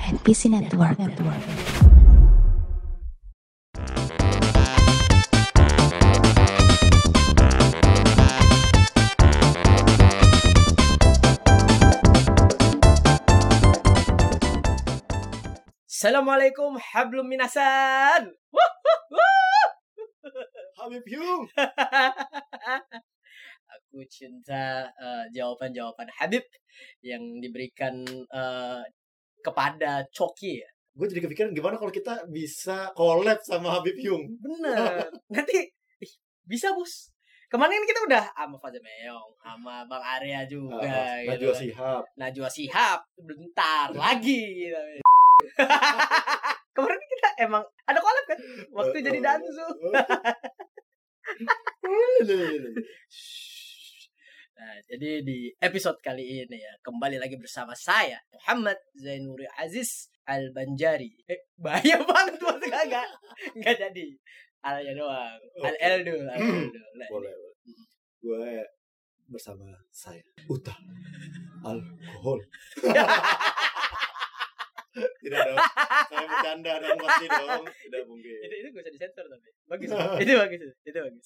NPC Network. Assalamualaikum hablum minasan. Habib Yung. Aku cinta jawaban-jawaban Habib yang diberikan kepada Coki ya. Gue jadi kepikiran gimana kalau kita bisa collab sama Habib Yung. Bener. Nanti bisa bos. Kemarin kita udah sama Fajar Meong, sama Bang Arya juga. Najwa Shihab. Najwa Shihab. Bentar lagi. Gitu. Kemarin kita emang ada collab kan? Waktu jadi dansu. Nah, jadi di episode kali ini ya kembali lagi bersama saya Muhammad Zainuri Aziz Al-Banjari. Bahaya banget tuh enggak jadi. Alnya doang. Al dulu. Boleh. Gue bersama saya Uta Alkohol. Tidak dong. Saya bercanda dong pasti dong. Tidak mungkin. Itu gak usah disensor tapi. Bagus. Itu bagus.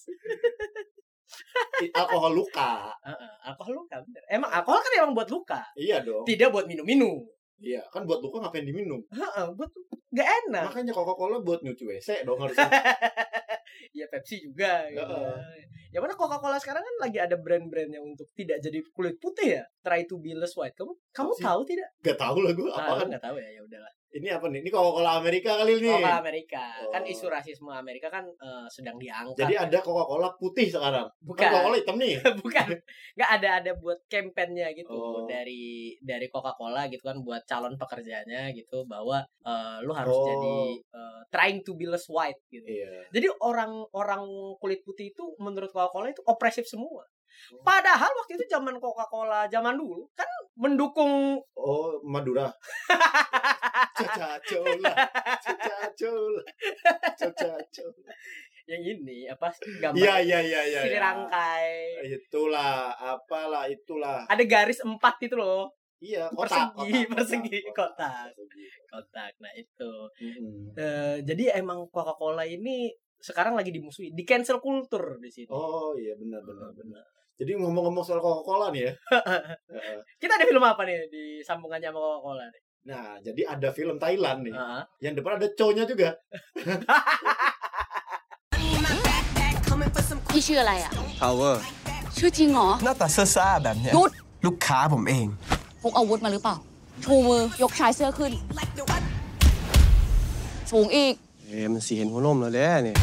Alkohol luka. Alkohol luka bener. Emang alkohol kan emang buat luka. Iya dong. Tidak buat minum-minum. Iya, kan buat luka ngapain diminum? Buat gak enak. Makanya Coca-Cola buat nyuci WC dong harusnya. Iya Pepsi juga gitu. Ya mana Coca-Cola sekarang kan lagi ada brand-brandnya untuk tidak jadi kulit putih ya. Try to be less white. Kamu tahu tidak? Gak tahu lah gue apaan. Gak tahu ya udahlah. Ini apa nih? Ini Coca-Cola Amerika kali ini. Coca-Cola Amerika. Kan isu rasisme Amerika kan sedang diangkat. Jadi ada Coca-Cola putih sekarang. Bukan. Kan Coca-Cola hitam nih. Bukan. Gak ada buat kampanyenya gitu. Dari Coca-Cola gitu kan buat calon pekerjanya gitu bahwa lu harus jadi trying to be less white gitu. Iya. Jadi orang kulit putih itu menurut Coca-Cola itu opresif semua. Padahal waktu itu zaman Coca-Cola zaman dulu kan mendukung Madura. Coca-Cola. Yang ini apa gambar? Iya. Sili rangkai. Itulah. Ada garis 4 itu loh. Iya, persegi kotak. Nah itu. Jadi emang Coca-Cola ini sekarang lagi dimusuhi, di cancel culture di sini. Oh iya benar. Jadi ngomong-ngomong soal Coca-Cola nih ya. Kita ada film apa nih di sambungannya sama Coca-Cola nih? Nah, jadi ada film Thailand nih. Yang depan ada cowoknya juga. พี่ชื่ออะไรอ่ะ Power ชื่อจริงเหรอหน้าตาซ่าๆแบบเนี้ยหยุดลูกค้าผมเองพกอาวุธมาหรือเปล่า ชูมือยกชายเสื้อขึ้น สูงอีกมันสีเห็นหัวนมแล้วแหละเนี่ย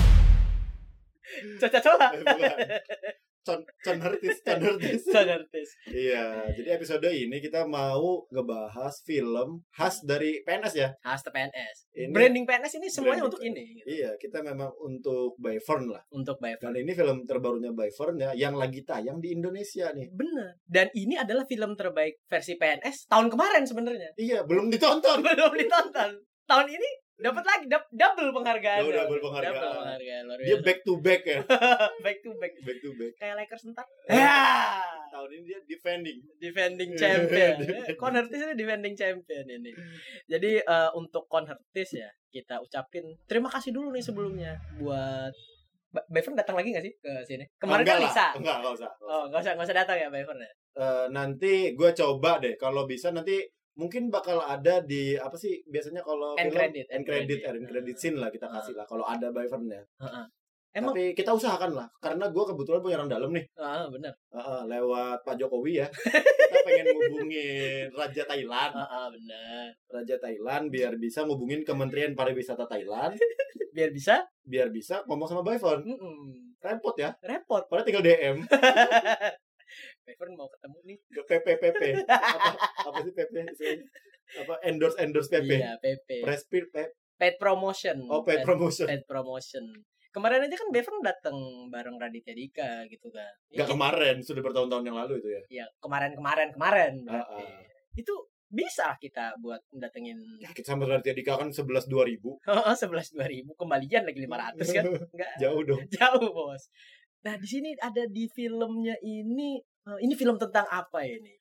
Coba. Con Hertis. Iya, jadi episode ini kita mau ngebahas film khas dari PNS ya. Khas PNS. Ini, branding PNS ini semuanya untuk ini. Gitu. Iya, kita memang untuk By Fern lah. Untuk By Fern. Dan ini film terbarunya By Fern ya, yang lagi tayang di Indonesia nih. Bener. Dan ini adalah film terbaik versi PNS tahun kemarin sebenarnya. Iya, belum ditonton. Tahun ini dapat lagi double penghargaan. Double penghargaan. Dia back to back ya. back to back. Kayak Lakers entar. Ya. Tahun ini dia defending champion. Conhertis ini defending champion ini. Jadi untuk Conhertis ya kita ucapin terima kasih dulu nih sebelumnya buat Bayfern datang lagi nggak sih ke sini? Kemarin kan Lisa. Enggak usah. Nggak usah datang ya Bayfern ya. Nanti gue coba deh kalau bisa nanti. Mungkin bakal ada di apa sih biasanya kalau end credit scene lah kita kasih lah kalau ada By Fern ya. Emang tapi kita usahakan lah karena gue kebetulan punya orang dalam nih. Benar. Lewat Pak Jokowi ya. Kita pengen ngubungin Raja Thailand. Benar. Raja Thailand biar bisa ngubungin Kementerian Pariwisata Thailand. biar bisa ngomong sama By Fern. Repot ya. Padahal tinggal DM. Bayfern mau ketemu nih. PP. Apa sih PP? Apa endorse PP? Iya, PP. Paid promotion. Paid promotion. Kemarin aja kan Bayfern datang bareng Raditya Dika gitu kan. Gak kemarin, sudah bertahun-tahun yang lalu itu ya. Iya, kemarin berarti. Itu bisa kita buat datengin. Ya, kita sama Raditya Dika kan 11.2.000. 11.2.000 kembalian lagi 500 kan. Enggak. Jauh dong. Jauh, Bos. Nah, di sini ada di filmnya ini film tentang apa ini?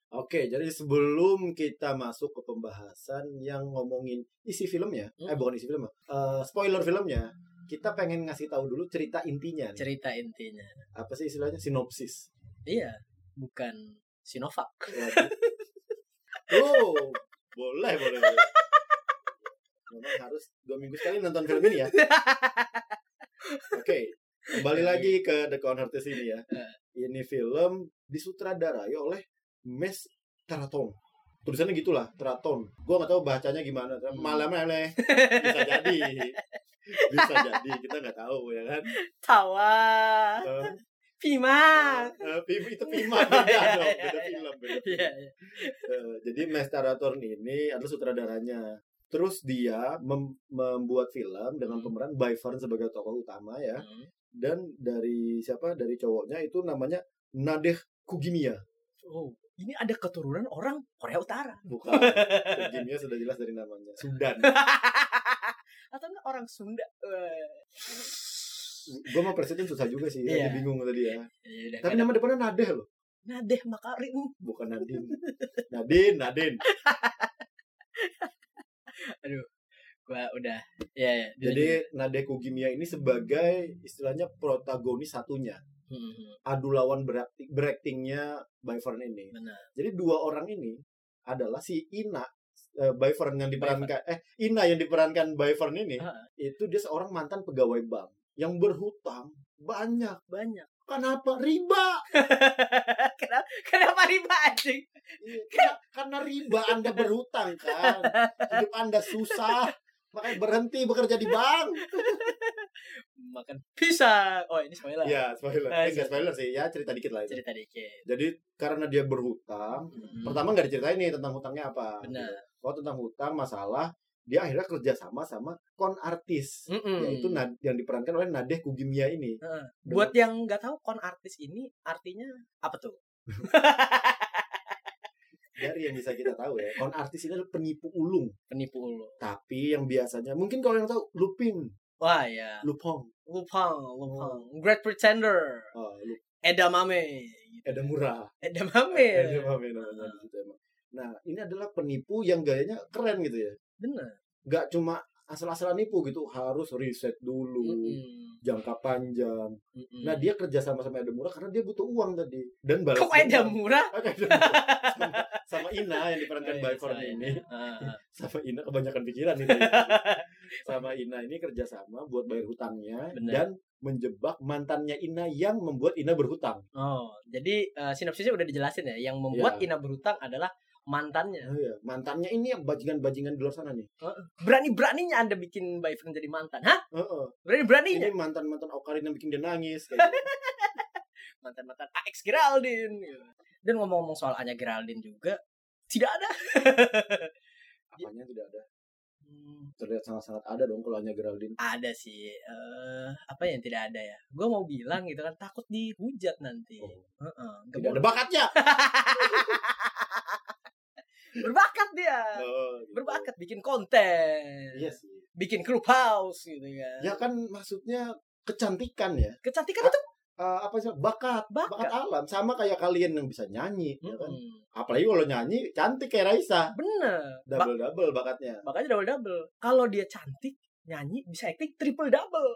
Oke, jadi sebelum kita masuk ke pembahasan yang ngomongin isi filmnya, bukan isi film, spoiler filmnya, kita pengen ngasih tahu dulu cerita intinya. Cerita intinya. Apa sih istilahnya? Sinopsis. Iya, bukan Sinovac. Oh, boleh. Memang harus 2 minggu sekali nonton film ini ya. Oke, kembali lagi ke The Con Artist ini ya. Ini film disutradarai oleh Mes Teraton. Tulisannya gitulah, Teraton. Gua nggak tahu bacanya gimana. Malam-malam bisa jadi kita nggak tahu ya kan. Tawa. Pima. Itu Pima beda dong, beda film. Iya. Jadi Mes Teraton ini adalah sutradaranya. Terus dia membuat film dengan pemeran Baifern sebagai tokoh utama ya. Dan dari cowoknya itu namanya Nadeh Kugimiya. Oh, ini ada keturunan orang Korea Utara. Bukan. Kugimiya sudah jelas dari namanya. Sudan. Atau enggak orang Sunda. Gue mau presiden susah juga sih. Iya. Bingung tadi ya. Yaudah, tapi nama depannya Nadeh loh. Nadeh Makarim. Bukan Nadine. Nadine. Aduh, gua udah. Ya. Jadi Nadeh Kugimiya ini sebagai istilahnya protagonis satunya. Adu lawan beraktingnya Baifern ini. Benar. Jadi 2 orang ini adalah si Ina Baifern yang diperankan Ina yang diperankan Baifern ini itu dia seorang mantan pegawai bank yang berhutang banyak. Kenapa? Riba. Kenapa riba anjing? Karena riba Anda berhutang kan. Hidup Anda susah. Makanya berhenti bekerja di bank. Makan pisang. Oh, ini spoiler. Ya, spoiler. Enggak spoiler sih, ya cerita dikit lah itu. Cerita dikit. Jadi karena dia berhutang, pertama nggak diceritain nih tentang hutangnya apa. Benar. Oh, tentang hutang masalah, dia akhirnya kerja sama con artis, yaitu yang diperankan oleh Nadeh Kugimiya ini. Buat yang nggak tahu, con artis ini artinya apa tuh? Dari yang bisa kita tahu ya, con artis ini adalah penipu ulung. Tapi yang biasanya, mungkin kalau yang tahu, Lupin. Wah ya. Lupong. Great Pretender. Edamame. Edamame namanya di situ emang. Nah, ini adalah penipu yang gayanya keren gitu ya. Benar. Gak cuma asal-asalan nipu gitu, harus riset dulu, jangka panjang. Nah, dia kerja sama Edamura karena dia butuh uang tadi. Dan balas. Kok Edamura? sama Ina yang diperankan Baifern ini. Sama Ina kebanyakan pikiran ini. Sama Ina ini kerja sama buat bayar hutangnya. Bener. Dan menjebak mantannya Ina yang membuat Ina berhutang. Oh, jadi sinopsisnya udah dijelasin ya. Yang membuat Ina berhutang adalah mantannya. Oh, iya. Mantannya ini yang bajingan-bajingan di luar sana nih. Berani-beraninya Anda bikin Baifern jadi mantan, hah? Berani-beraninya. Ini mantan-mantan Okarin yang bikin dia nangis. Mantan-mantan AX Geraldine. Dan ngomong-ngomong soal Anya Geraldine juga, tidak ada. Apanya tidak ada? Terlihat sangat-sangat ada dong kalau Anya Geraldine. Ada sih. Apa yang tidak ada ya? Gue mau bilang gitu kan, takut dihujat nanti. Tidak ada bakatnya. Berbakat dia. Gitu. Berbakat bikin konten. Iya sih. Bikin clubhouse gitu kan. Ya kan maksudnya kecantikan ya. Kecantikan itu apa sih? Bakat alam, sama kayak kalian yang bisa nyanyi ya kan. Apalagi kalau nyanyi cantik kayak Raisa. Bener. Double bakatnya. Makanya double. Kalau dia cantik, nyanyi bisa acting triple double.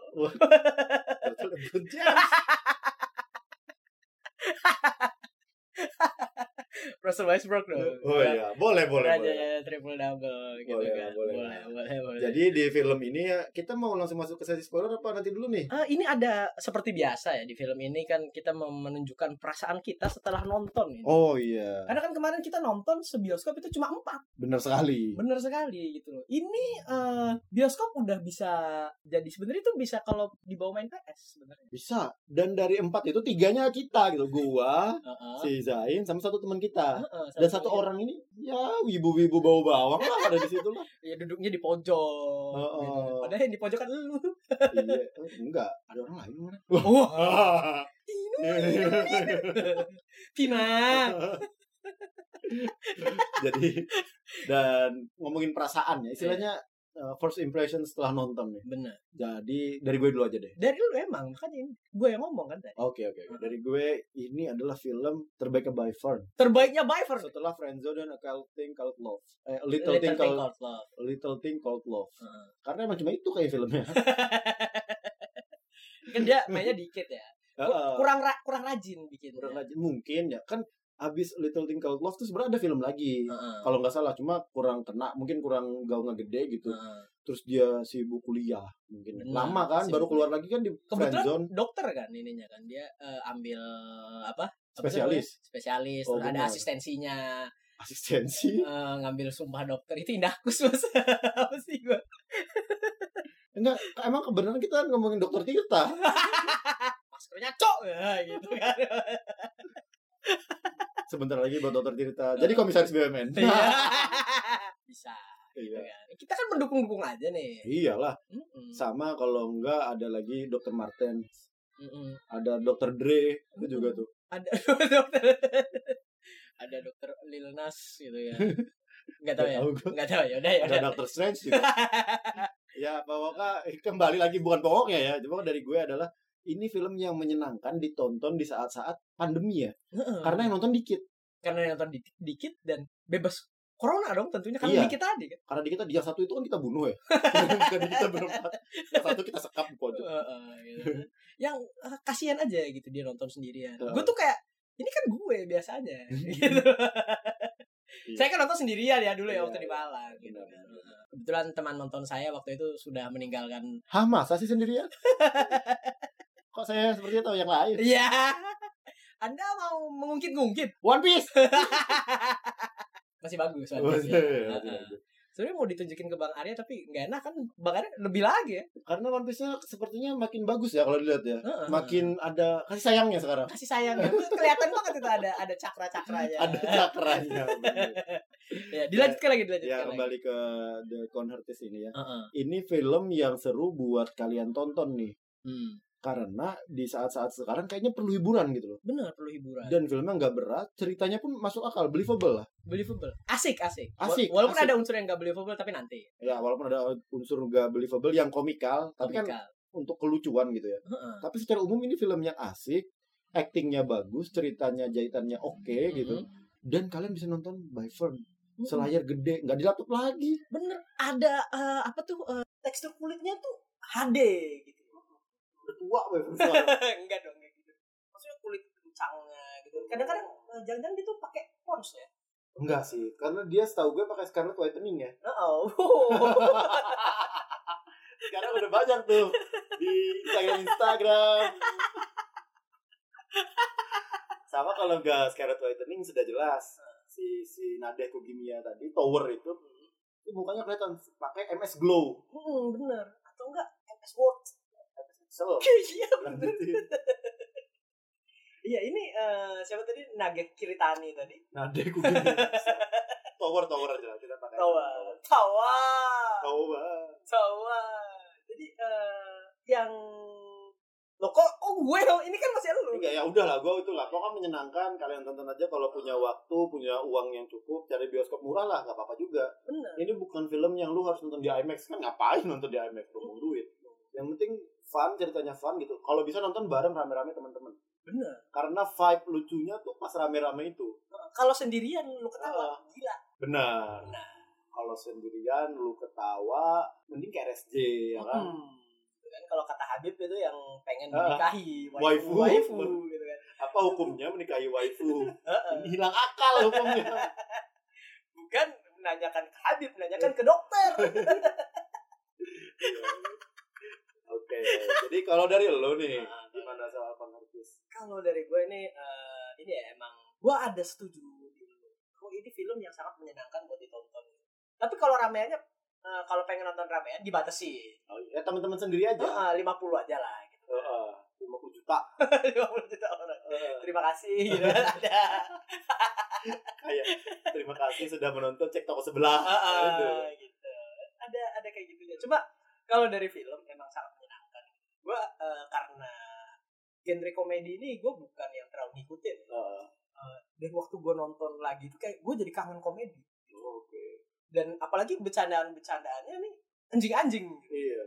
Russell Westbrook dong. Oh iya, boleh. Triple double gitu kan. Boleh. Jadi di film ini ya kita mau langsung masuk ke sesi spoiler apa nanti dulu nih? Ini ada seperti biasa ya di film ini kan kita menunjukkan perasaan kita setelah nonton ini. Oh iya. Karena kan kemarin kita nonton sebioskop itu cuma 4. Bener sekali gitu loh. Ini bioskop udah bisa jadi sebenarnya itu bisa kalau dibawa main PS sebenarnya. Bisa. Dan dari 4 itu 3-nya kita gitu. Gua, si Zain sama satu teman kita. Dan satu orang ini ya wibu-wibu bau bawang lah ada di situ lah. Ya duduknya di pojok. Gitu. Padahal yang di pojok kan lu. Iya, enggak, ada orang lain mana? Tina. Jadi dan ngomongin perasaan ya, istilahnya first impression setelah nonton nih. Bener. Jadi dari gue dulu aja deh. Dari lu emang, makanya gue yang ngomong kan tadi. Oke. Dari gue ini adalah film terbaiknya by far. Terbaiknya by far. Setelah Friendzone dan A Thing Called Love. Little Thing Called Love. Little Thing Called Love. Karena emang cuma itu kayak filmnya. Kan dia mainnya dikit ya. Kurang rajin bikin. Kurang rajin mungkin ya. Kan abis Little Thing Called Love tuh sebenarnya ada film lagi. Kalau nggak salah, cuma kurang kena, mungkin kurang gaungnya gede gitu. Terus dia sibuk kuliah mungkin. Lama kan baru keluar lagi kan di Friendzone. Dokter kan ininya kan. Dia ambil apa? Spesialis. Terus ada asistensinya. Asistensi. Ngambil sumpah dokter itu Indahkus Mas. Apa sih gua? Enggak, emang kebenaran kita ngomongin dokter Tirta. Maskernya cok ya gitu kan. Sebentar lagi buat dokter Tirta. Jadi komisaris BUMN. Bisa. Iya. Kita kan mendukung-dukung aja nih. Iyalah. Sama kalau enggak ada lagi dokter Martin. Ada dokter Dre itu juga tuh. Ada dokter Lil Nas gitu ya. Enggak tahu ya. Udah. Ada dokter Strange juga. Ya, pokoknya kembali lagi bukan pokoknya ya. Cuma dari gue adalah ini film yang menyenangkan ditonton di saat-saat pandemi ya. Karena yang nonton dikit. Dan bebas corona dong tentunya karena dikit tadi kan. Karena dikit tadi yang satu itu kan kita bunuh ya. Karena kita berempat. Yang satu kita sekap di pojok. Gitu. Yang kasihan aja gitu dia nonton sendirian. Gue tuh kayak ini kan gue biasanya gitu. Saya kan nonton sendirian ya dulu ya waktu di Malang gitu kan. Kebetulan teman nonton saya waktu itu sudah meninggalkan. Hah, masa sih sendirian? Kok saya seperti itu yang lain? Iya. Anda mau mengungkit-ungkit One Piece. masih bagus. Sebenarnya mau ditunjukin ke Bang Arya tapi nggak enak kan Bang Arya lebih lagi ya. Karena One Piece-nya sepertinya makin bagus ya kalau dilihat ya. Makin ada kasih sayangnya sekarang. Kasih sayangnya. Kelihatan banget itu ada cakra-cakranya. Ada cakranya. Ya, dilanjutkan lagi. Ya, kembali ke The Convertist ini ya. Ini film yang seru buat kalian tonton nih. Karena di saat-saat sekarang kayaknya perlu hiburan gitu loh. Benar, perlu hiburan. Dan filmnya nggak berat, ceritanya pun masuk akal, believable lah. Believable. Asik. Walaupun asik. ada unsur yang nggak believable tapi nanti. Ya, walaupun ada unsur nggak believable yang komikal, tapi kan untuk kelucuan gitu ya. Tapi secara umum ini film yang asik, actingnya bagus, ceritanya jahitannya oke gitu. Dan kalian bisa nonton by phone. Selayar gede, nggak di laptop lagi. Bener, ada tekstur kulitnya tuh HD gitu. Bertua Enggak dong kayak gitu. Maksudnya kulit kencangnya gitu. Kadang-kadang jangan-jangan dia tuh pakai pons ya. Enggak sih, karena dia setahu gue pakai Scarlet Whitening ya. Sekarang udah banyak tuh di Instagram. Sama kalau enggak Scarlet Whitening sudah jelas. Si Nadeh Kugimiya tadi, Tower itu mukanya kelihatan pakai MS Glow. Bener. Atau enggak MS Word. Iya bener. Iya ini siapa tadi Nage Kiritani tadi. Nadeh Kugimiya. Tower aja kita pakai. Tower. Jadi yang lo kok gue dong ini kan masih lu. Enggak ya udahlah gue itulah pokoknya menyenangkan kalian tonton aja kalau punya waktu punya uang yang cukup cari bioskop murah lah nggak apa-apa juga. Bener. Ini bukan film yang lu harus nonton di IMAX kan ngapain nonton di IMAX buang duit. Yang penting fun ceritanya fun gitu. Kalau bisa nonton bareng rame-rame teman-teman. Bener. Karena vibe lucunya tuh pas rame-rame itu. Kalau sendirian lu ketawa gila. Benar. Kalau sendirian lu ketawa mending ke RSJ ya kan. Kan kalau kata Habib itu yang pengen menikahi waifu gitu kan. Apa hukumnya menikahi waifu? Ini hilang akal hukumnya. Bukan menanyakan ke Habib, menanyakan ke dokter. Oke, jadi kalau dari lo nih gimana soal Convertist? Kalau dari gue ini ya emang gue ada setuju ini film yang sangat menyenangkan buat ditonton. Tapi kalau rameannya kalau pengen nonton ramean dibatasi. Oh iya, teman-teman sendiri aja. 50 aja lah gitu. 50 juta. 50 juta orang. Terima kasih gitu. Ada. Kayak terima kasih sudah menonton cek toko sebelah. Gitu. Ada kayak gitunya. Cuma kalau dari film emang sangat menyenangkan. Gue karena genre komedi ini gue bukan yang terlalu ngikutin. Dan waktu gue nonton lagi itu kayak gue jadi kangen komedi. Oke. Dan apalagi bercandaan-bercandaannya nih anjing-anjing. Iya.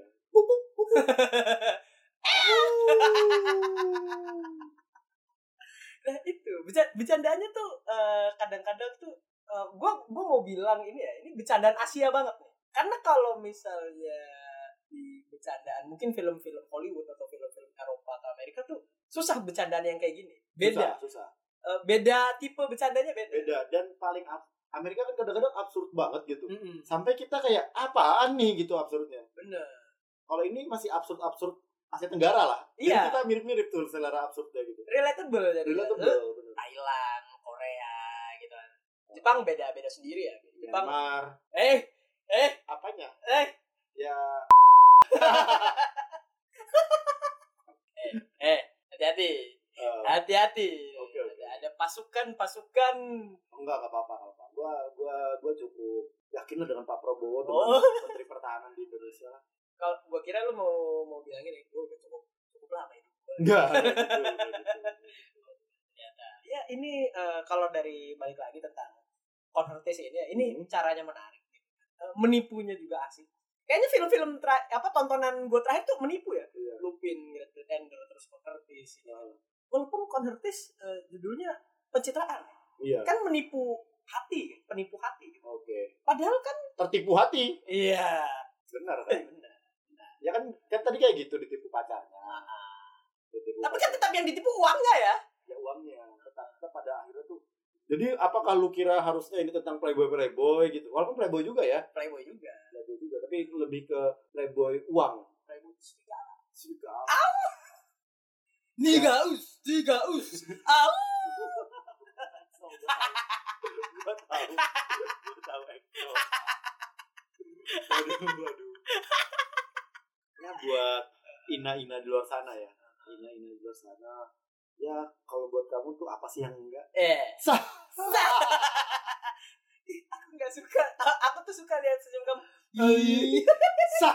Nah itu bercandanya tuh kadang-kadang tuh gua mau bilang ini ya, ini bercandaan Asia banget nih. Karena kalau misalnya di bercandaan mungkin film-film Hollywood atau film-film Eropa atau Amerika tuh susah bercandaan yang kayak gini. Beda. Susah. Beda tipe bercandanya beda. Beda dan paling Amerika kan kadang-kadang absurd banget gitu. Mm-mm. Sampai kita kayak apaan nih gitu absurdnya. Bener. Kalau ini masih absurd Asia Tenggara lah. Iya. Jadi kita mirip-mirip tuh selera absurdnya gitu. Relatable jadi. Bener. Thailand, Korea gitu kan. Jepang beda sendiri ya. Jepang. Myanmar. Apanya? Ya. Hati-hati. Hati-hati. Oke. Ada pasukan. Enggak apa-apa. Gua cukup yakin lah dengan Pak Prabowo Oh. dengan Menteri Pertahanan di Indonesia. Kalau gua kira lu mau bilang ini, gua udah cukup lama itu. Enggak. Ya ini kalau dari balik lagi tentang konvertasi ini caranya menarik. Menipunya juga asik. Kayaknya film-film tontonan gue terakhir tuh menipu ya. Iya. Lupin, Great Pretender, terus Convertis. Walaupun Convertis judulnya pencitraan. Iya. Kan penipu hati. Gitu. Oke. Padahal kan Tertipu hati. iya. Benar kan? Benar. Ya kan tadi kayak gitu ditipu pacarnya. Ditipu Tapi kan tetap yang ditipu uangnya ya. ya uangnya tetap pada akhirnya tuh. Jadi apakah lu kira harusnya ini tentang playboy gitu? Walaupun playboy juga ya. Playboy juga. Tapi lebih ke playboy uang. Playboy serigala. Nigaus. Au. Gua tahu Ekso. Waduh. Ya buat ina-ina di luar sana ya. Ina-ina di luar sana. Ya kalau buat kamu tuh apa sih yang enggak? Sah. Aku nggak suka. Aku tuh suka lihat senyum kamu. Sah.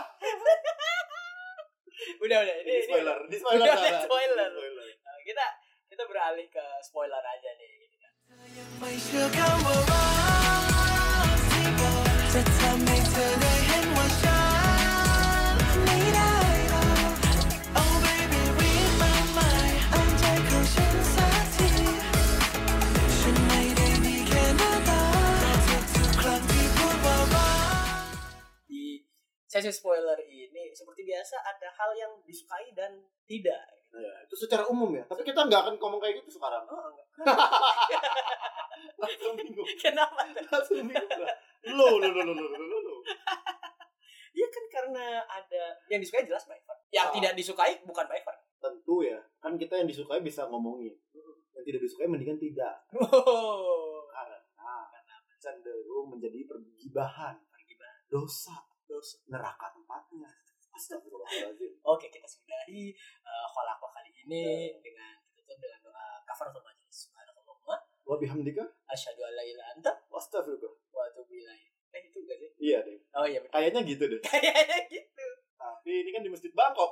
Udah. Ini spoiler. Udah, spoiler. Kita beralih ke spoiler aja nih. Gitu kan. ไม่เชื่อคำว่ารักที่บอกจะทำให้เธอได้เห็นว่าฉันไม่ได้หรอก Oh baby read my mind อ่านใจของฉันสักทีฉันไม่ได้มีแค่หน้าตาแต่ทุกๆครั้งที่พูดว่ารัก Di sesi spoiler ini seperti biasa ada hal yang disukai dan tidak. Ya, itu secara umum ya. Tapi kita nggak akan ngomong kayak gitu sekarang. Oh enggak. Langsung bingung. Kenapa? Lo. Ya kan karena ada yang disukai jelas Byver. Yang tidak disukai bukan Byver. Tentu ya. Kan kita yang disukai bisa ngomongin. Yang tidak disukai mendingan tidak. Oh. Karena cenderung menjadi pergibahan. Dosa. Neraka tempatnya. Astagfirullahaladzim. Oke, kita sudahi kholakwa kali ini dengan ditutup dengan doa kafaratul majlis. Subhanallah. Wa bihamdika Asyhadu an la ilaha anta wastafirullah. wa atubu ilaik. Itu enggak sih? Iya deh. Oh iya benar. Kayaknya gitu deh. Kayaknya gitu. Tapi ini kan di Masjid Bangkok.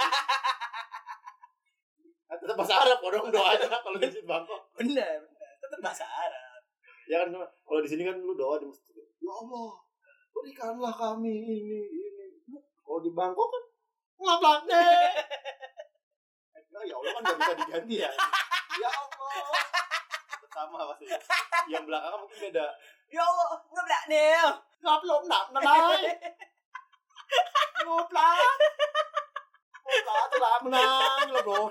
Tetap bahasa Arab dong doanya kalau di Masjid Bangkok. Benar. Tetap bahasa Arab. Ya kan kalau di sini kan lu doa di masjid. Ya Allah, berikanlah kami ini. Kalau di Bangkok kan ngaplak deh. Ya Allah kan nggak bisa diganti ya. Ya Allah. Sama pasti. Yang belakang mungkin beda. Ya Allah, ngeblak nih. Ngaplok nak menang. Ngoplak telah menang lah bro.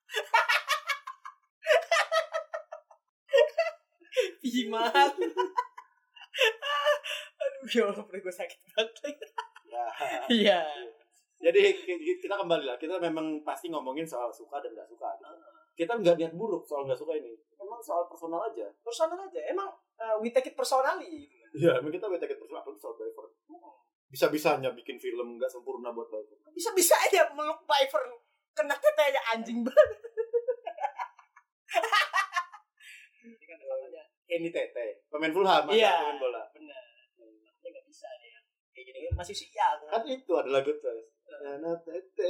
Pimat. Aduh, ya Allah, perut gue sakit banget. Ya. Iya. Jadi kita kembali lah. Kita memang pasti ngomongin soal suka dan nggak suka. Gitu. Kita nggak niat buruk soal nggak suka ini. Memang soal personal aja. Personal aja. Emang we take it personally. Iya, memang kita take it personal. Apalagi soal Byver. Bisa-bisanya bikin film nggak sempurna buat Byver. Bisa-bisa aja meluk Byver. Kena tetenya anjing banget. Ini kan namanya Kenny Tete, pemain Fulham, pemain bola. Benar. Makanya nggak bisa deh. Kayak gini masih siang. Kan itu ada lagu tuh. Nana Tete.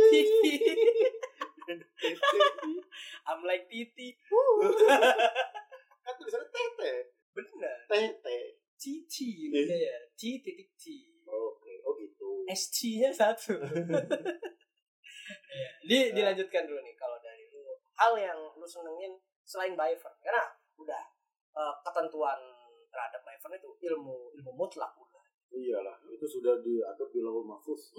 I'm like Titi. Kan tulisannya Tete. Benar. Tete. Cici. Ya. C.T. Oke, oh gitu. SC-nya 1. Dilanjutkan dulu nih kalau dari lu. Hal yang lu senengin selain Byvern. Karena udah ketentuan terhadap Byvern itu ilmu mutlak udah. Iyalah, itu sudah diatur di Lauhul Mahfuz.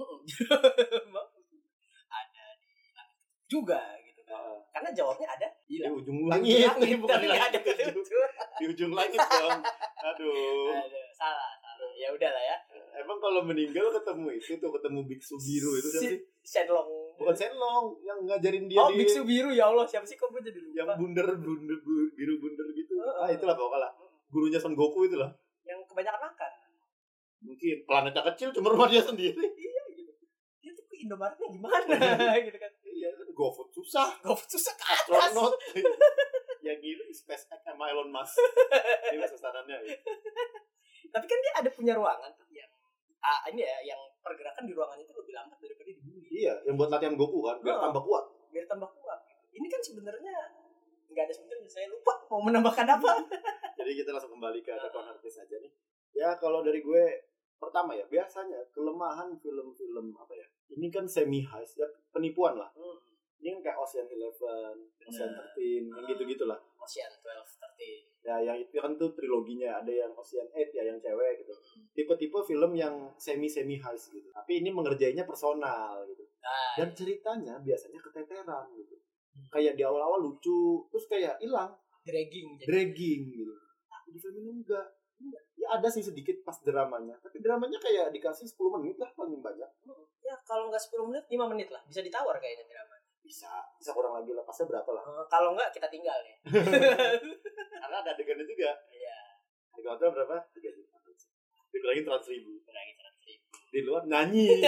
Ada di langit juga gitu kan. Karena jawabnya ada Di di ujung langit, langit, bukan di tapi langit. ada Di ujung langit dong. Aduh. salah. Ya udahlah ya. Emang kalau meninggal ketemu biksu biru itu siapa sih? Shenlong. Bukan Shenlong, yang ngajarin dia di Biksu biru ya Allah, siapa sih kok gue jadi lupa. yang biru bunder gitu. Itulah pokoknya. Gurunya Son Goku itulah. Yang kebanyakan makan. Mungkin planetnya kecil cuma rumah dia sendiri. Iya gitu. Dia tuh ke Indomaretnya gimana gitu kan. Iya, GoFood susah. GoFood susah ke atas. Astronot. Yang gila SpaceX sama Elon Musk. Ini suasananya ya. Tapi kan dia ada punya ruangan tuh yang ini ya, yang pergerakan di ruangan itu lebih lambat daripada di bumi. Iya, yang buat latihan Goku kan, biar tambah kuat. Biar tambah kuat. Ini kan sebenarnya nggak ada sebenarnya, saya lupa mau menambahkan apa. Jadi kita langsung kembali ke Attack Artist aja nih. Ya kalau dari gue pertama ya, biasanya kelemahan film-film apa ya? Ini kan semi heist ya, penipuan lah. Ini kan kayak Ocean 11, Ocean 13, yang gitu-gitulah. Ocean 12, 13. Ya yang itu kan tuh triloginya, ada yang Ocean 8 ya yang cewek gitu. Tipe-tipe film yang semi heist gitu. Tapi ini mengerjainnya personal gitu. Dan ceritanya biasanya keteteran gitu. Kayak di awal-awal lucu, terus kayak hilang, dragging gitu. Tapi di film ini enggak. Ya ada sih sedikit pas dramanya, tapi dramanya kayak dikasih 10 menit lah paling banyak. Ya kalau nggak 10 menit, 5 menit lah. Bisa ditawar kayaknya drama. Bisa kurang lagi lah, pasnya berapa lah. Kalau nggak kita tinggal nih. Karena ada adegannya juga. Iya. Harga hotel berapa? 3 juta. Lagi 100.000. Di luar nyanyi.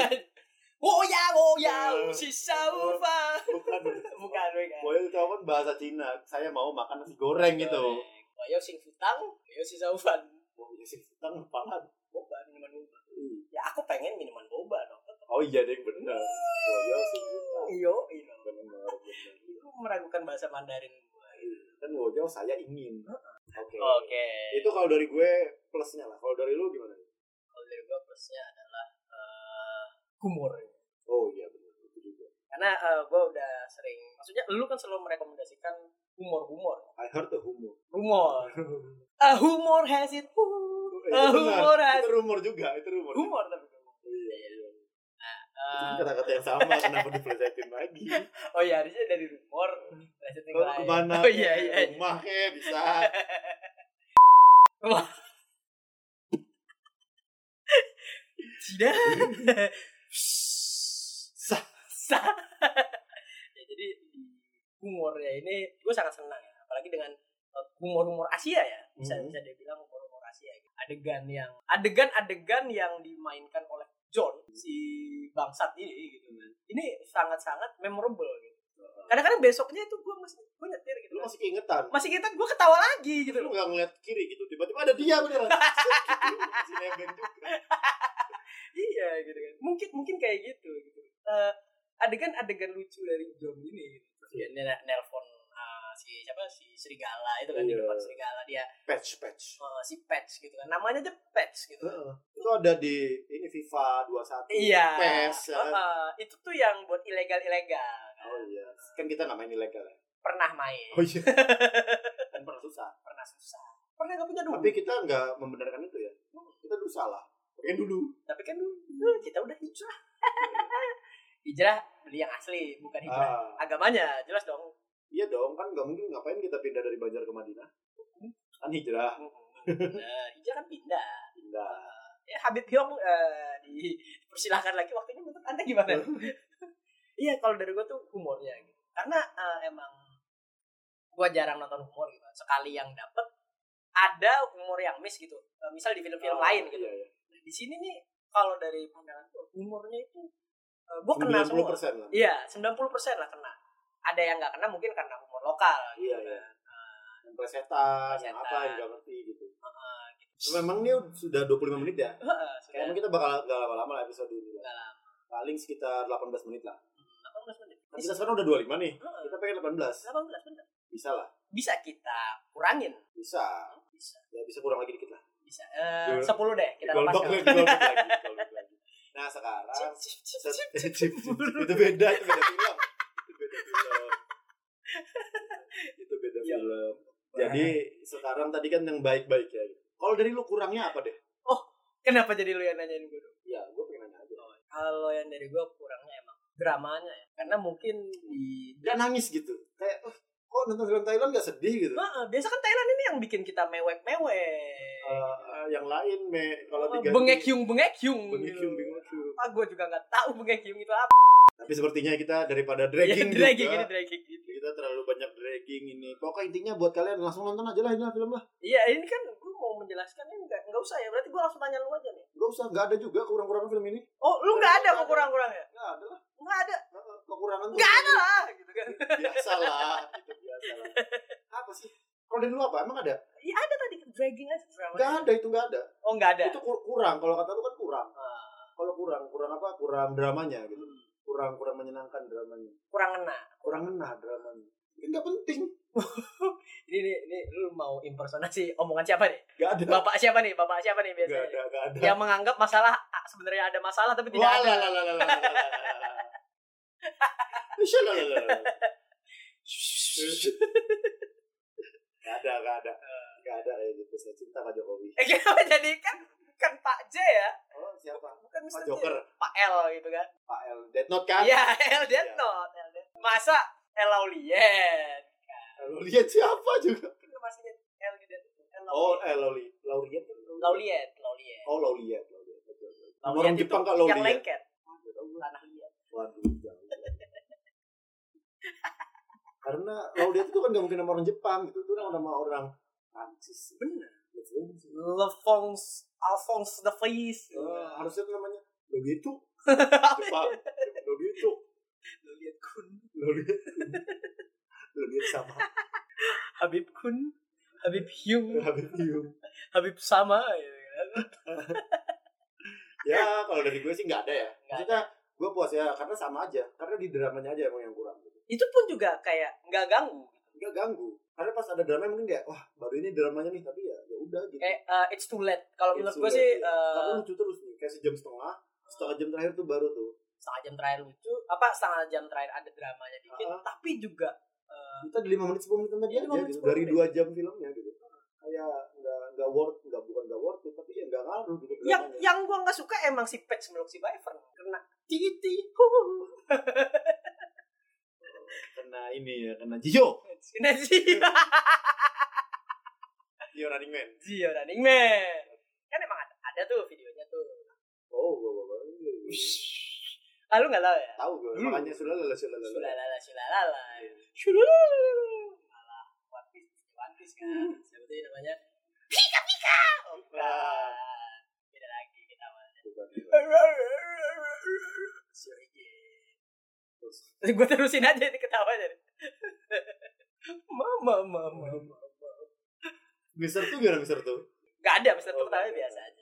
Woya, sisaufa. Bukan. Boya itu kan bahasa Cina. Saya mau makan nasi goreng gitu. Woya sing futang, woya sisaufan. Boya sing futang apaan? Boba, minuman boba. Ya aku pengen minuman boba dong. Oh iya deh, bener. Boya sing futang. Iyo. Bener. Itu meragukan bahasa Mandarin gue. Dan Woyo saya ingin. Oke. Itu kalau dari gue plusnya lah. Kalau dari lu gimana? Kalau dari gue plusnya adalah humor. Oh iya benar itu juga. Karena gue udah sering, maksudnya lu kan selalu merekomendasikan humor. I heard the humor. A humor has it. Humor has itu rumor juga. humor tapi. Itu kata-kata yang sama, kenapa dipelesetin lagi? Oh iya, harusnya dari rumor. Kemana? Oh iya. Rumah bisa. Wah. Tidak. Sah. Ya, jadi humornya ini gue sangat senang ya, apalagi dengan humor Asia ya, bisa dibilang humor Asia. Adegan yang dimainkan oleh John si bangsat ini gitu kan. Ini sangat-sangat memorable gitu. Kadang-kadang besoknya itu gue nyetir gitu. Lu masih ingetan? Masih ingetan, gue ketawa lagi gitu. Lu nggak ngeliat kiri gitu, tiba-tiba ada dia beneran. Masih nebeng juga. Iya gitu kan. Mungkin kayak gitu. Adegan lucu dari John ini gitu. Dia nelpon si serigala itu kan, di depan serigala dia Patch. si Patch gitu kan, namanya aja Patch gitu. Itu ada di ini FIFA 21. Iya. PES ya. Itu tuh yang buat ilegal kan. Oh iya. Kan kita nggak main ilegal ya. Pernah main. Oh iya. Dan pernah susah. Pernah nggak punya duit. Tapi kita nggak membenarkan itu ya. Kita dulu salah. Tapi kan dulu kita udah hijrah beli yang asli, bukan hijrah agamanya, jelas dong. Iya dong, kan nggak mungkin ngapain kita pindah dari Banjar ke Madinah. Kan hijrah. Hijrah kan pindah. Ya Habib Hyong dipersilahkan lagi, waktunya menurut Anda gimana? Iya, kalau dari gue tuh humornya gitu. Karena emang gue jarang nonton humor gitu. Sekali yang dapet ada humor yang miss gitu. Misal di film-film lain gitu. Iya. Nah, di sini nih kalau dari pandangan gue, humornya itu gue kena semua. 90% lah. Iya, 90% lah kena. Ada yang nggak kena mungkin karena humor lokal. Iya. Yang plesetan, yang apa yang nggak ngerti gitu. Gitu. Memang ini sudah 25 menit ya? Kayaknya kita bakal gak lama-lama lah episode ini. Gak lama. Paling sekitar 18 menit lah. 18 menit. Kan kita sekarang udah 25 nih. Kita pengen 18. 18 bener. Bisa lah. Bisa kita kurangin. Bisa. Ya bisa kurang lagi dikit lah. Bisa. 10 deh kita Golbak lepaskan. lagi. Nah sekarang Cip, cip, itu beda film. Itu beda Iya. film. Jadi sekarang tadi kan yang baik-baik ya. Kalau dari lu kurangnya apa deh? Kenapa jadi lu yang nanyain gue? Ya gue pengen nanya aja. Kalau yang dari gue kurangnya emang dramanya ya. Karena mungkin di Gak nangis gitu. Kayak kok nonton film Thailand gak sedih gitu. biasa kan Thailand ini yang bikin kita mewek-mewek. Yang lain kalau diganti Bengekyung Bengekyung. Gue juga nggak tahu Bengekyung itu apa. Tapi sepertinya kita daripada dragging dragging juga, ini dragging gitu. kita terlalu banyak dragging ini. Pokoknya intinya buat kalian langsung nonton aja lah ini film lah. Iya, ini kan gue mau menjelaskan ini nggak usah ya. Berarti gue langsung tanya lu aja nih. Gak usah, gak ada juga kekurangan film ini. Oh, lu nggak ada kurang-kurangnya? Gak ada lah. Nggak ada. Kekurangan tuh Nggak ada lah, gitu kan? biasa lah. Itu biasa lah. Apa sih? Kalau dari lu apa? Emang ada? Iya ada tadi dragging aja. Gak ada, itu gak ada. Oh nggak ada. Itu kurang. Kalau kata lu kan kurang. Kalau kurang apa? Kurang dramanya gitu. Kurang menyenangkan dramanya. Kurang ngena. Kurang ngena dramanya. Ini gak penting. Ini lu mau impersonasi omongan siapa nih? Gak ada. Bapak siapa nih biasanya? Gak ada. Yang menganggap masalah sebenarnya ada masalah tapi tidak ada. Gak ada kayak gitu. Saya cinta Pak Jokowi. Kenapa jadi kan bukan Pak J ya? Oh siapa? Bukan Pak Mr. Joker. J. Pak L gitu kan? Pak L. Death Note kan? Iya, L Death Iya. Note. Masa L Laurien? Lu lihat siapa juga? Kan lu masih lihat L di Death Note. Oh, Lauriet. Lauliet. Oh, Lauriet. Betul. Lauriet Orang itu Jepang Kak yang Lauriet. lengket. Tanah liat. Waduh, jauh. Karena Lauriet itu kan gak mungkin nama orang Jepang gitu. Itu nama orang Prancis. Bener. Alphonse the Face. Harusnya itu namanya Lauriet itu. Jepang. Lauriet itu. Lauriet sama. Habib Kun. Habib Hyung. Habib sama. Ya, kalau dari gue sih nggak ada ya. Maksudnya gue puas ya, karena sama aja. Karena di dramanya aja emang yang kurang. Gitu. Itu pun juga kayak nggak ganggu. Nggak ganggu. Karena pas ada drama mungkin kayak, wah baru ini dramanya nih, tapi ya udah gitu. It's too late. Kalau It's menurut too gue late, sih ya. Karena lucu terus nih, kayak sejam setengah jam terakhir tuh baru tuh. setengah jam terakhir lucu. Setengah jam terakhir ada dramanya dikit. Tapi juga Kita di 5 menit 10 menit tadi Iya, 5 aja menit, gitu. 10 Dari menit. 2 jam filmnya gitu. Kayak bukan nggak worth it, tapi ya nggak ngaruh gitu. yang gua nggak suka emang si Patch meluk si Wyvern kena titi. Kena ini ya, kena Jiyo. Kena sih. Jiyo Running Man. Zio Running Man. Kan emang ada tuh videonya tuh. Oh, gue Lu nggak tahu ya? tahu gue. Makanya sulalala. Sulalala. Malah One Piece kan. Siapa tuh namanya? Pika. Oh, bukan. Beda lagi kita namanya. Terus gue terusin aja ini ketawa aja. Mama. Mister tuh gimana Mister tuh? Gak ada, Mister Tuh ketawanya biasa aja.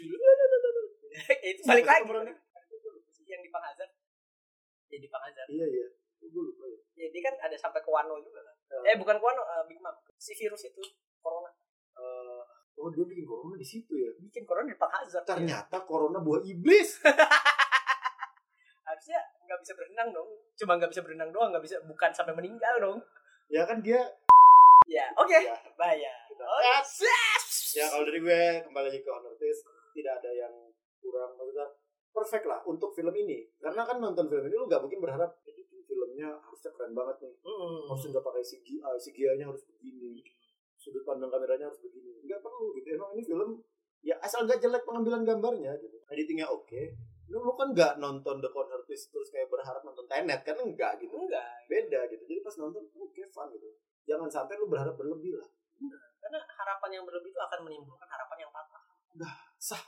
Itu balik lagi. Yang di Panghazard. Ya di Panghazard. Iya. Gue lupa ya. Jadi kan ada sampai ke Wano juga kan. Bukan ke Wano, Big Mom. Si virus itu, corona. Oh, dia bikin corona di situ ya. Bikin corona di Panghazard. Ternyata corona buah iblis. Harusnya nggak bisa berenang dong. Cuma nggak bisa berenang doang, nggak bisa, bukan sampai meninggal dong. Ya kan dia. Ya, oke. Ya. Bayar. Ya kalau dari gue kembali lagi ke Honor Taste, tidak ada yang kurang, maksudnya perfect lah untuk film ini. Karena kan nonton film ini lu nggak mungkin berharap filmnya harusnya keren banget nih. Harusnya nggak pakai CGI-nya harus begini, sudut pandang kameranya harus begini. Nggak perlu gitu. Emang ini film ya asal nggak jelek pengambilan gambarnya gitu. Editingnya oke. Lu kan nggak nonton The Honor Taste terus kayak berharap nonton Tenet kan enggak gitu. Enggak. Beda gitu. Jadi pas nonton oke fun gitu. Jangan sampai lu berharap berlebih lah. Karena harapan yang berlebih itu akan menimbulkan harapan yang patah. Sah.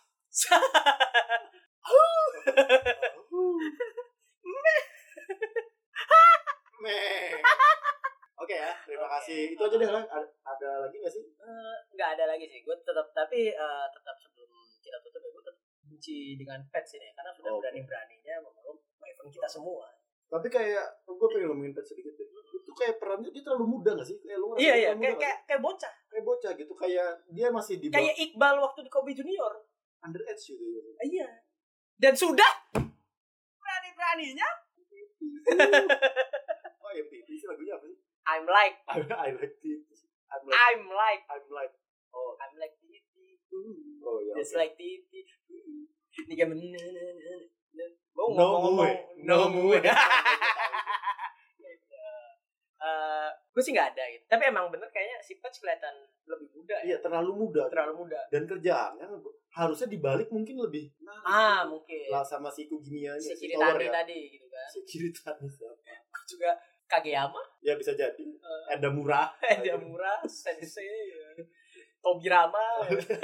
Oke ya, terima kasih. Itu aja deh lah. Ada lagi nggak sih? Nggak ada lagi sih. Gue tetap sebelum kita tutup ya, gue tetap benci dengan Pets ini karena sudah berani-beraninya memeluk Wyvern kita semua. Tapi kayak gue pengen ngomongin Pet sedikit deh. Itu kayak perannya dia terlalu muda nggak sih? Kayak lu ngerasa Iya, terlalu muda nggak sih? kayak bocah. Kayak bocah gitu. Kayak dia masih di Kayak Iqbal waktu di Kobe Junior. underage gitu. Iya. Dan sudah berani-beraninya Oh, MTV sih lagunya apa sih? I'm like I like titties. I'm like Oh, I'm like titi. oh ya. Just oke. like titi. Ini kan No ngomong-ngomong move. no move. Gue sih nggak ada gitu. Tapi emang bener kayaknya si Patch kelihatan lebih muda ya. Iya, terlalu muda. Terlalu muda. Dan kerjaannya harusnya dibalik mungkin lebih Mungkin. lah sama si Kugimianya, Si si Kiritani Tower ya. tadi gitu kan. Si Kiritani siapa? Gue juga Kageyama, Ya bisa jadi. Ada murah. Edamura, Sensei, Tobirama.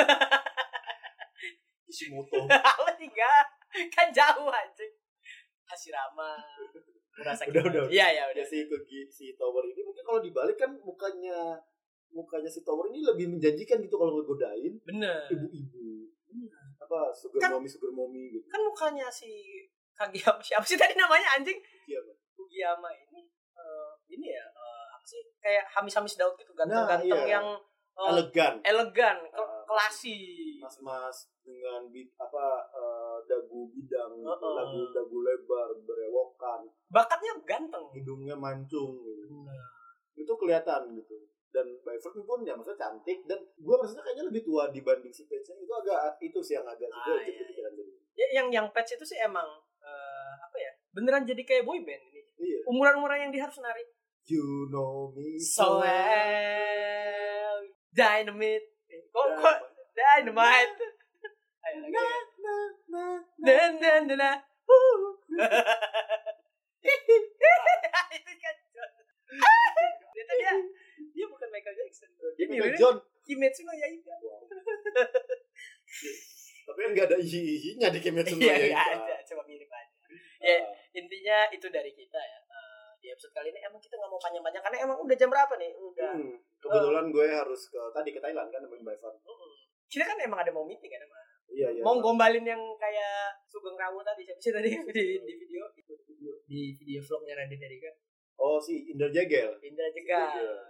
Kishimoto. Apa tiga? Kan jauh anjing. Hashirama. Merasa Udah. Iya, Ya udah. si Tower ini mungkin kalau dibalik kan mukanya si Tower ini lebih menjanjikan gitu kalau ngegodain Bener. ibu-ibu. Apa sugar Kan- mommy gitu. Kan mukanya si Kageyama siapa sih tadi namanya anjing? Iya, Kageyama ini ya apa sih kayak Hamis Daud gitu ganteng-ganteng iya. yang Elegan, klasi. mas-mas dengan dagu bidang, dagu lebar, berewokan, Bakatnya ganteng. hidungnya mancung gitu. Itu kelihatan gitu. Dan Byford pun ya maksudnya cantik dan gue maksudnya kayaknya lebih tua dibanding si Page-nya. Itu agak itu sih yang agak Iya. kepikiran jadi. Ya yang Patch itu sih emang apa ya? Beneran jadi kayak boy band ini. Iya. Umuran-umuran yang dia harus nari. You know me So well, dynamite. Kok dynamite? Ayo lagi. Na. Itu kan John. Dia bukan Michael Jackson. Dia mirip John. Kimetsu no Yaiba. Tapi kan nggak ada nya di Kimetsu no Iya, Yaiba. nggak ada, cuma mirip aja. Ya, intinya itu dari kita ya. Di episode kali ini emang kita nggak mau panjang-panjang karena emang udah jam berapa nih? Udah. Kebetulan gue harus ke Thailand kan nemenin Byford. Kita kan emang ada mau meeting kan emang. Iya. Mau gombalin yang kayak Sugeng Rawu tadi siapa sih tadi di video vlognya Radit Erika. Oh, si Indra Jegel. Indra Jegal.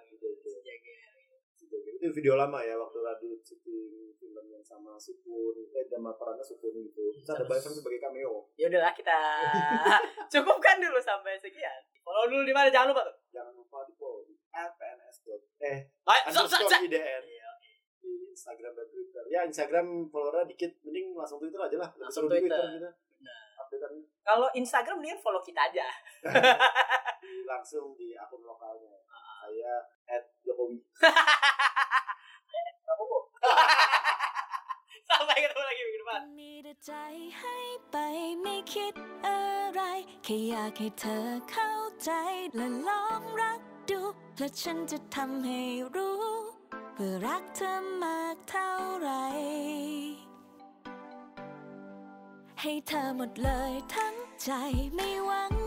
Itu video lama ya waktu Radit syuting film yang sama Sukun, sama perannya Sukun gitu. Terus ada Byford sebagai cameo. Ya udahlah kita cukupkan dulu sampai sekian. Follow dulu di mana jangan lupa tuh. Jangan lupa di follow di @pns. Ayo, IDN di Instagram dan Twitter. Ya Instagram followernya dikit, mending langsung Twitter aja lah. Lebih Langsung seru di Twitter. kita. Benar. Updatean Kalau Instagram mendingan follow kita aja. langsung di akun lokalnya. Saya @jokowi. Sampai ketemu lagi minggu depan. มีแต่ใจให้ไปไม่คิดอะไรแค่อยากให้เธอเข้าใจและลองรักดูและฉันจะทำให้รู้ว่ารักเธอมากเท่าไหรให้เธอหมดเลยทั้งใจไม่หวัง